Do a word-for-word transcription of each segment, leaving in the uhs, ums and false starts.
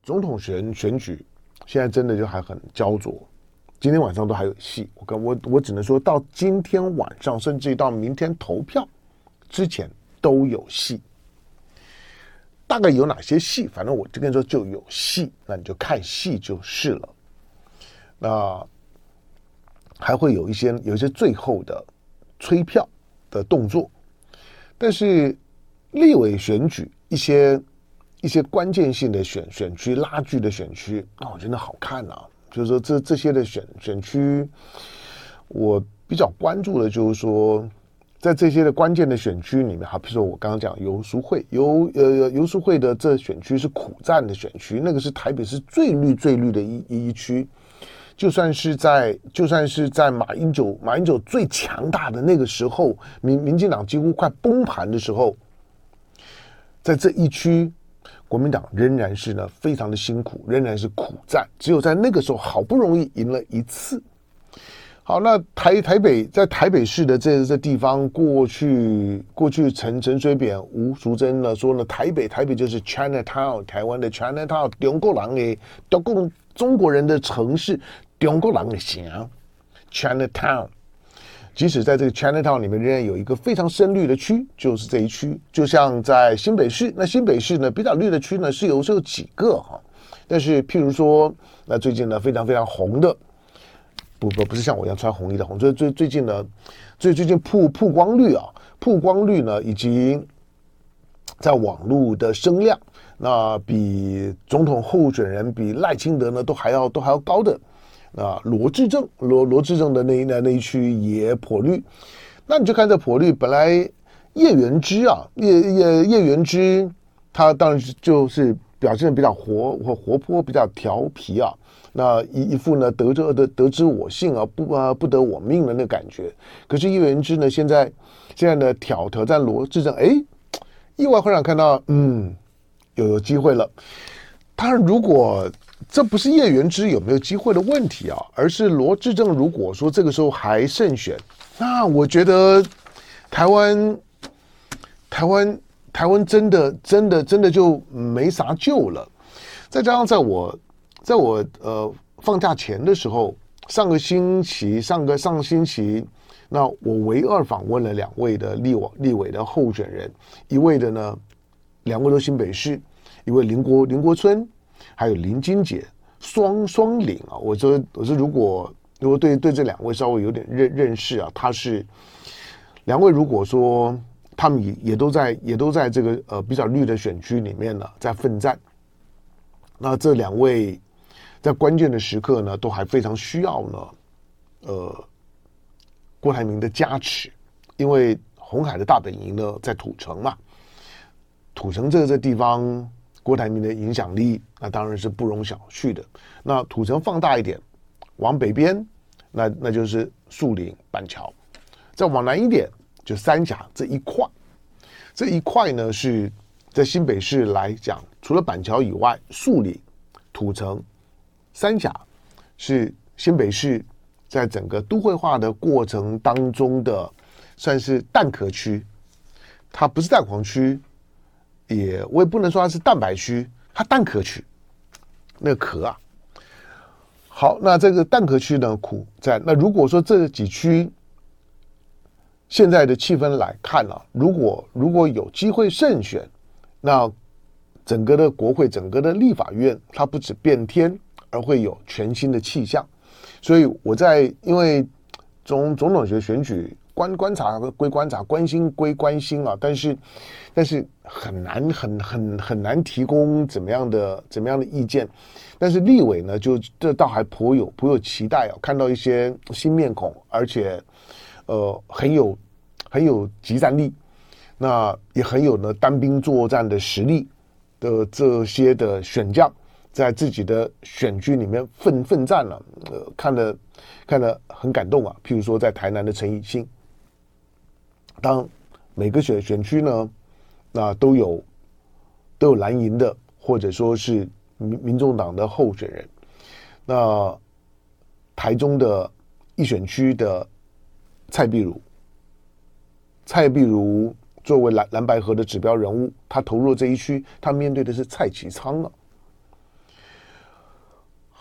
总统选选举现在真的就还很焦灼，今天晚上都还有戏。我跟我我只能说到今天晚上，甚至到明天投票之前都有戏。大概有哪些戏？反正我这边说就有戏，那你就看戏就是了。那还会有一些有一些最后的催票的动作，但是立委选举一些一些关键性的选选区拉锯的选区，那我觉得好看啊。就是说这这些的选选区，我比较关注的就是说，在这些的关键的选区里面，哈，比如说我刚刚讲游淑慧，游呃游淑慧的这选区是苦战的选区，那个是台北市最绿最绿的一一区。就算是在就算是在马英九马英九最强大的那个时候，民民进党几乎快崩盘的时候，在这一区，国民党仍然是呢非常的辛苦，仍然是苦战。只有在那个时候，好不容易赢了一次。好，那台台北在台北市的这这地方，过去过去陈陈水扁、吴淑珍呢说呢，台北台北就是 Chinatown， 台湾的 Chinatown， 中国人的中国中国人的城市，中国人的城 Chinatown。即使在这个 Chinatown 里面，仍然有一个非常深绿的区，就是这一区。就像在新北市，那新北市呢比较绿的区呢是有是有几个哈，但是譬如说，那最近呢非常非常红的。不不不是像我一样穿红衣的红，最最最近呢，最最近曝曝光率啊，曝光率呢，以及在网络的声量，那比总统候选人比赖清德呢都还要都还要高的啊，罗致政罗罗致政的那一那那一区也颇绿，那你就看这颇绿，本来叶元之啊，叶叶叶元之，他当然就是表现得比较活活活泼，比较调皮啊。那一一副呢得之得得之我幸啊，不啊不得我命的那感觉。可是叶元之呢，现在现在呢挑挑战罗致政，哎，意外会让看到，嗯，有有机会了。当然，如果这不是叶元之有没有机会的问题啊，而是罗致政如果说这个时候还胜选，那我觉得台湾台湾台湾真的真的真的就没啥救了。再加上在我。在我呃放假前的时候，上个星期上个上个星期，那我唯二访问了两位的立委立委的候选人，一位的呢，两位都新北市，一位林国林国春，还有林金杰，双双领啊。我说我说如果如果对对这两位稍微有点认认识啊，他是两位如果说他们也也都在也都在这个呃比较绿的选区里面呢，在奋战，那这两位。在关键的时刻呢，都还非常需要呢，呃，郭台铭的加持，因为鸿海的大本营呢在土城嘛，土城这个这地方，郭台铭的影响力那当然是不容小觑的。那土城放大一点，往北边，那那就是树林、板桥；再往南一点，就三峡这一块。这一块呢是在新北市来讲，除了板桥以外，树林、土城。三峡是新北市在整个都会化的过程当中的算是蛋壳区，它不是蛋黄区，也我也不能说它是蛋白区，它蛋壳区，那个壳啊。好，那这个蛋壳区呢苦在那如果说这几区现在的气氛来看啊，如果如果有机会胜选，那整个的国会、整个的立法院，它不止变天。而会有全新的气象，所以我在因为总总统学选举观观察归观察，关心归关心啊，但是但是很难很很很难提供怎么样的怎么样的意见。但是立委呢，就这倒还颇有颇有期待啊，看到一些新面孔，而且呃很有很有集战力，那也很有呢单兵作战的实力的这些的选将。在自己的选区里面奋奋战了、啊，呃，看了看了很感动啊。譬如说，在台南的陈以信，当每个选选区呢，那都有都有蓝营的，或者说是民民众党的候选人。那台中的一选区的蔡壁如，蔡壁如作为蓝蓝白河的指标人物，他投入这一区，他面对的是蔡其昌啊。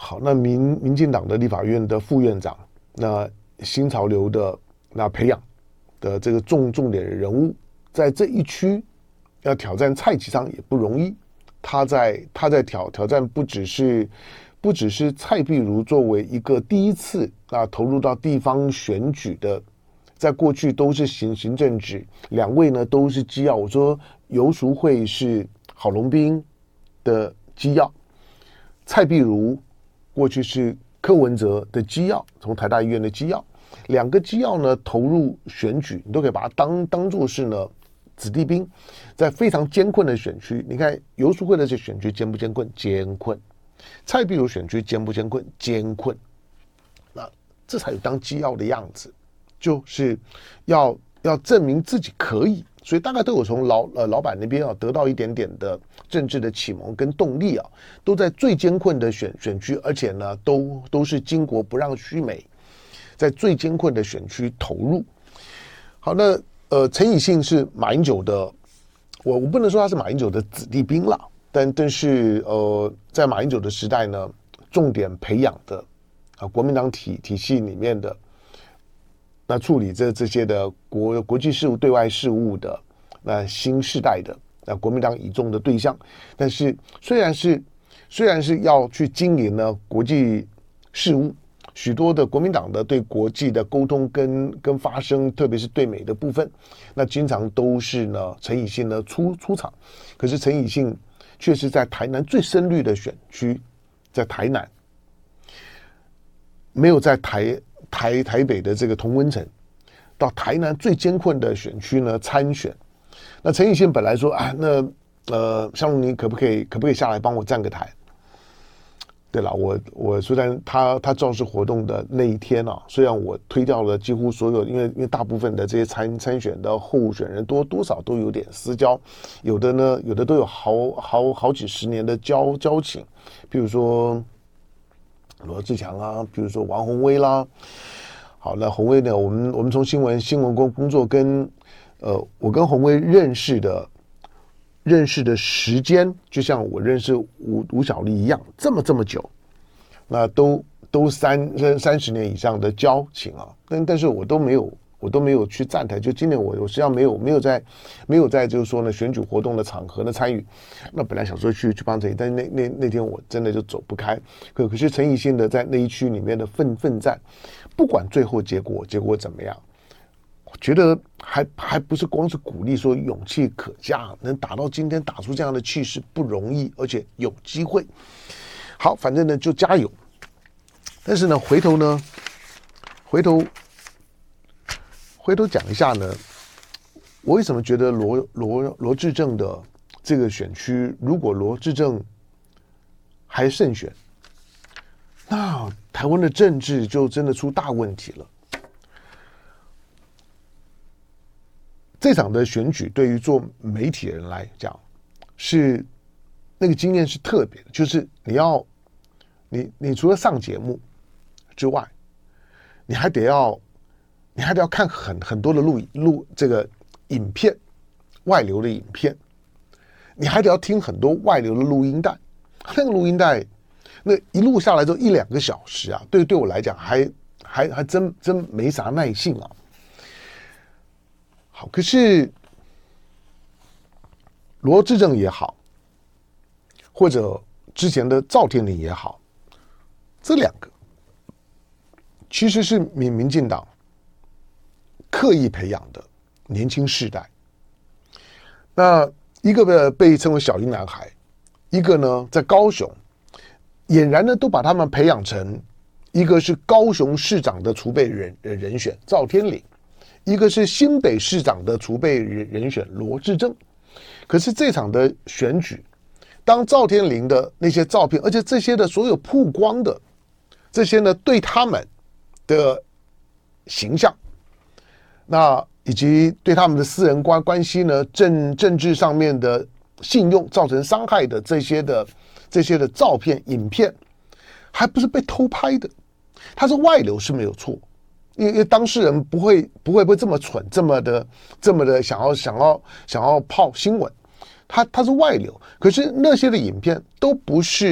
好，那民民进党的立法院的副院长，那新潮流的那培养的这个重重点人物，在这一区要挑战蔡其昌也不容易。他在他在挑挑战不只是不只是蔡壁如作为一个第一次啊投入到地方选举的，在过去都是行行政职，两位呢都是机要。我说游淑慧是郝龙斌的机要，蔡壁如过去是柯文哲的机要，从台大医院的机要，两个机要呢投入选举，你都可以把它当当作是呢子弟兵，在非常艰困的选区。你看游淑慧的这选区艰不艰困？艰困。蔡壁如选区艰不艰困？艰困。那这才有当机要的样子，就是要要证明自己可以。所以大概都有从老呃老板那边啊得到一点点的政治的启蒙跟动力啊，都在最艰困的选选区，而且呢都都是巾帼不让须眉，在最艰困的选区投入。好，那呃陈以信是马英九的，我我不能说他是马英九的子弟兵啦，但但是呃在马英九的时代呢，重点培养的啊国民党体体系里面的。那处理这这些的国国际事务、对外事务的那新世代的那国民党倚重的对象，但是虽然是虽然是要去经营呢国际事务，许多的国民党的对国际的沟通跟跟发声，特别是对美的部分，那经常都是呢陈以信呢出出场，可是陈以信却是在台南最深绿的选区，在台南没有在台。台台北的这个同温层，到台南最艰困的选区呢参选。那陈以信本来说啊，那呃，香龙你可不可以可不可以下来帮我站个台？对了，我我虽然他他造势活动的那一天啊，虽然我推掉了几乎所有，因为因为大部分的这些参参选的候选人多多少都有点私交，有的呢有的都有好好好几十年的交交情，譬如说。罗志强啊，比如说王宏威啦，好，那宏威呢，我们我们从新闻新闻工工作跟呃，我跟宏威认识的认识的时间，就像我认识吴吴小莉一样，这么这么久，那都都三三十年以上的交情啊，但但是我都没有。我都没有去站台，就今年我我实际上没有没有在没有在就是说呢选举活动的场合呢参与。那本来想说去去帮陈，但是那那那天我真的就走不开。可可是陈以信的在那一区里面的奋奋战，不管最后结果结果怎么样，我觉得还还不是光是鼓励说勇气可嘉，能打到今天打出这样的气势不容易，而且有机会。好，反正呢就加油。但是呢回头呢回头。回头讲一下呢，我为什么觉得罗罗罗志正的这个选区，如果罗志正还胜选，那台湾的政治就真的出大问题了。这场的选举对于做媒体人来讲，是那个经验是特别的，就是你要你你除了上节目之外，你还得要。你还得要看很很多的录录这个影片，外流的影片，你还得要听很多外流的录音带。那个录音带，那一录下来之后一两个小时啊，对对我来讲还还还真真没啥耐性啊。好，可是罗志正也好，或者之前的赵天麟也好，这两个其实是民民进党。刻意培养的年轻世代，那一个被称为小英男孩，一个呢在高雄，俨然呢都把他们培养成一个是高雄市长的储备人人选赵天麟，一个是新北市长的储备人人选罗志正。可是这场的选举，当赵天麟的那些照片，而且这些的所有曝光的这些呢，对他们的形象。那以及对他们的私人关关系呢，政政治上面的信用造成伤害的这些的这些的照片、影片，还不是被偷拍的，它是外流是没有错，因为因为当事人不会不会不会这么蠢，这么的这么的想要想要想要泡新闻，它它是外流，可是那些的影片都不是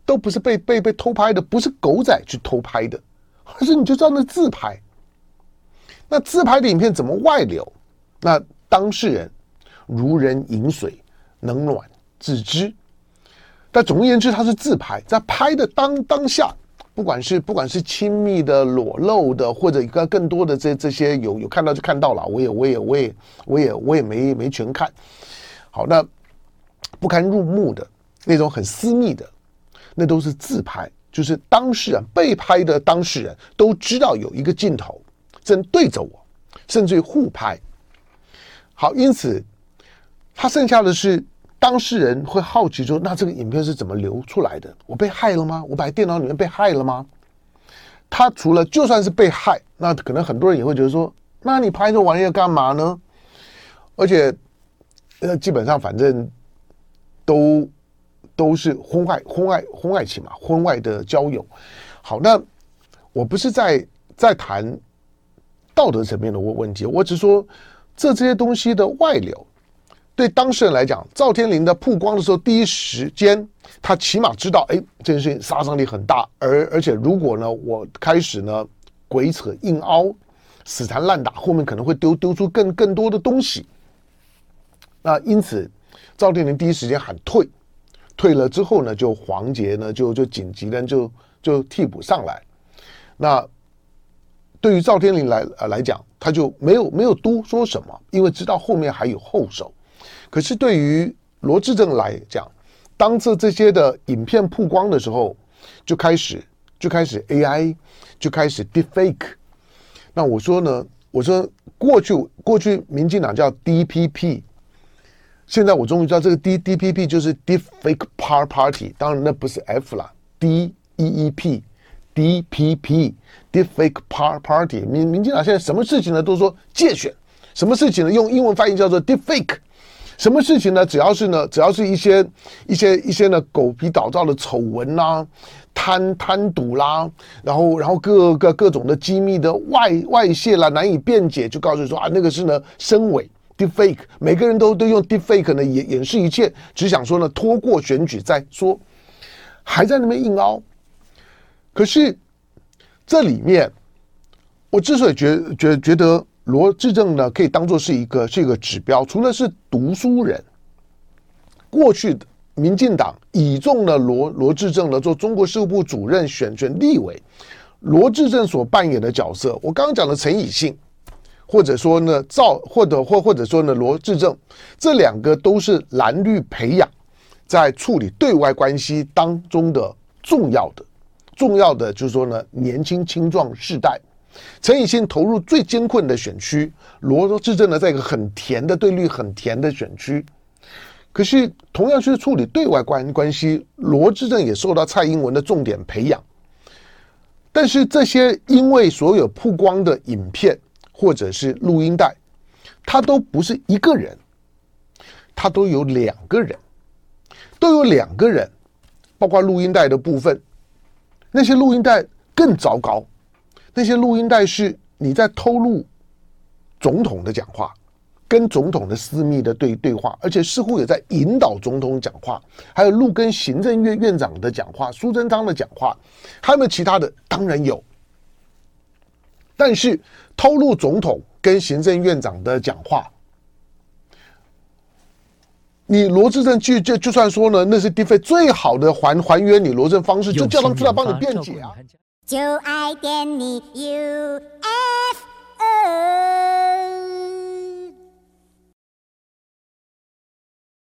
都不是被被被偷拍的，不是狗仔去偷拍的，而是你就知道那自拍。那自拍的影片怎么外流？那当事人如人饮水，冷暖自知。但总而言之，他是自拍，在拍的当当下，不管是不管是亲密的、裸露的，或者更更多的这这些有有看到就看到了，我也我也我也我也我也没没全看。好，那不堪入目的那种很私密的，那都是自拍，就是当事人被拍的当事人都知道有一个镜头正对着我，甚至于互拍。好，因此他剩下的是当事人会好奇说，那这个影片是怎么流出来的？我被害了吗？我把电脑里面被害了吗？他除了就算是被害，那可能很多人也会觉得说，那你拍这玩意儿干嘛呢？而且呃，基本上反正都都是婚外婚外婚外情嘛，婚外的交友。好，那我不是在在谈道德层面的问题，我只说这这些东西的外流，对当事人来讲，赵天麟的曝光的时候，第一时间他起码知道，哎，这件事情杀伤力很大，而而且如果呢，我开始呢鬼扯硬凹、死缠烂打，后面可能会丢丢出更更多的东西。那因此，赵天麟第一时间喊退，退了之后呢，就黄捷呢就就紧急的就就替补上来。那对于赵天麟来呃来讲，他就没有没有多说什么，因为知道后面还有后手。可是对于罗志正来讲，当这这些的影片曝光的时候，就开始就开始 A I， 就开始 deepfake。那我说呢，我说过去过去民进党叫 D P P。现在我终于知道这个 D D P P 就是 Deepfake Party， 当然那不是 F 啦 ，D E E P D P P Deepfake Party。民民进党现在什么事情呢都说介选，什么事情呢用英文翻译叫做 Deepfake， 什么事情呢只要是呢只要是一些一些一些呢狗皮倒灶的丑闻啦、贪贪赌啦，然后然后各个各种的机密的外外泄啦，难以辩解，就告诉你说啊那个是呢深伪。Deepfake， 每个人都都用 Deepfake 呢掩掩饰一切，只想说呢拖过选举再说，还在那边硬凹。可是这里面，我之所以觉觉觉得罗志正呢可以当作是一个是一个指标，除了是读书人，过去的民进党倚重了罗罗志正呢做中国事务部主任选选立委，罗志正所扮演的角色，我刚刚讲的陈以信。或者说呢，赵或者或或者说呢，罗志正，这两个都是蓝绿培养在处理对外关系当中的重要的重要的，就是说呢，年轻青壮世代。陈以信投入最艰困的选区，罗志正呢，在一个很甜的对绿很甜的选区。可是同样是处理对外关关系，罗志正也受到蔡英文的重点培养。但是这些因为所有曝光的影片。或者是录音带，他都不是一个人，他都有两个人，都有两个人，包括录音带的部分，那些录音带更糟糕，那些录音带是你在偷录总统的讲话，跟总统的私密的对对话，而且似乎也在引导总统讲话，还有录跟行政院院长的讲话，苏贞昌的讲话，还有没有其他的？当然有。但是偷录总统跟行政院长的讲话，你罗志正就就就算说呢，那是 deepfake 最好的还还原你罗志正方式，就叫他们出来帮你辩解啊。就爱点你 U F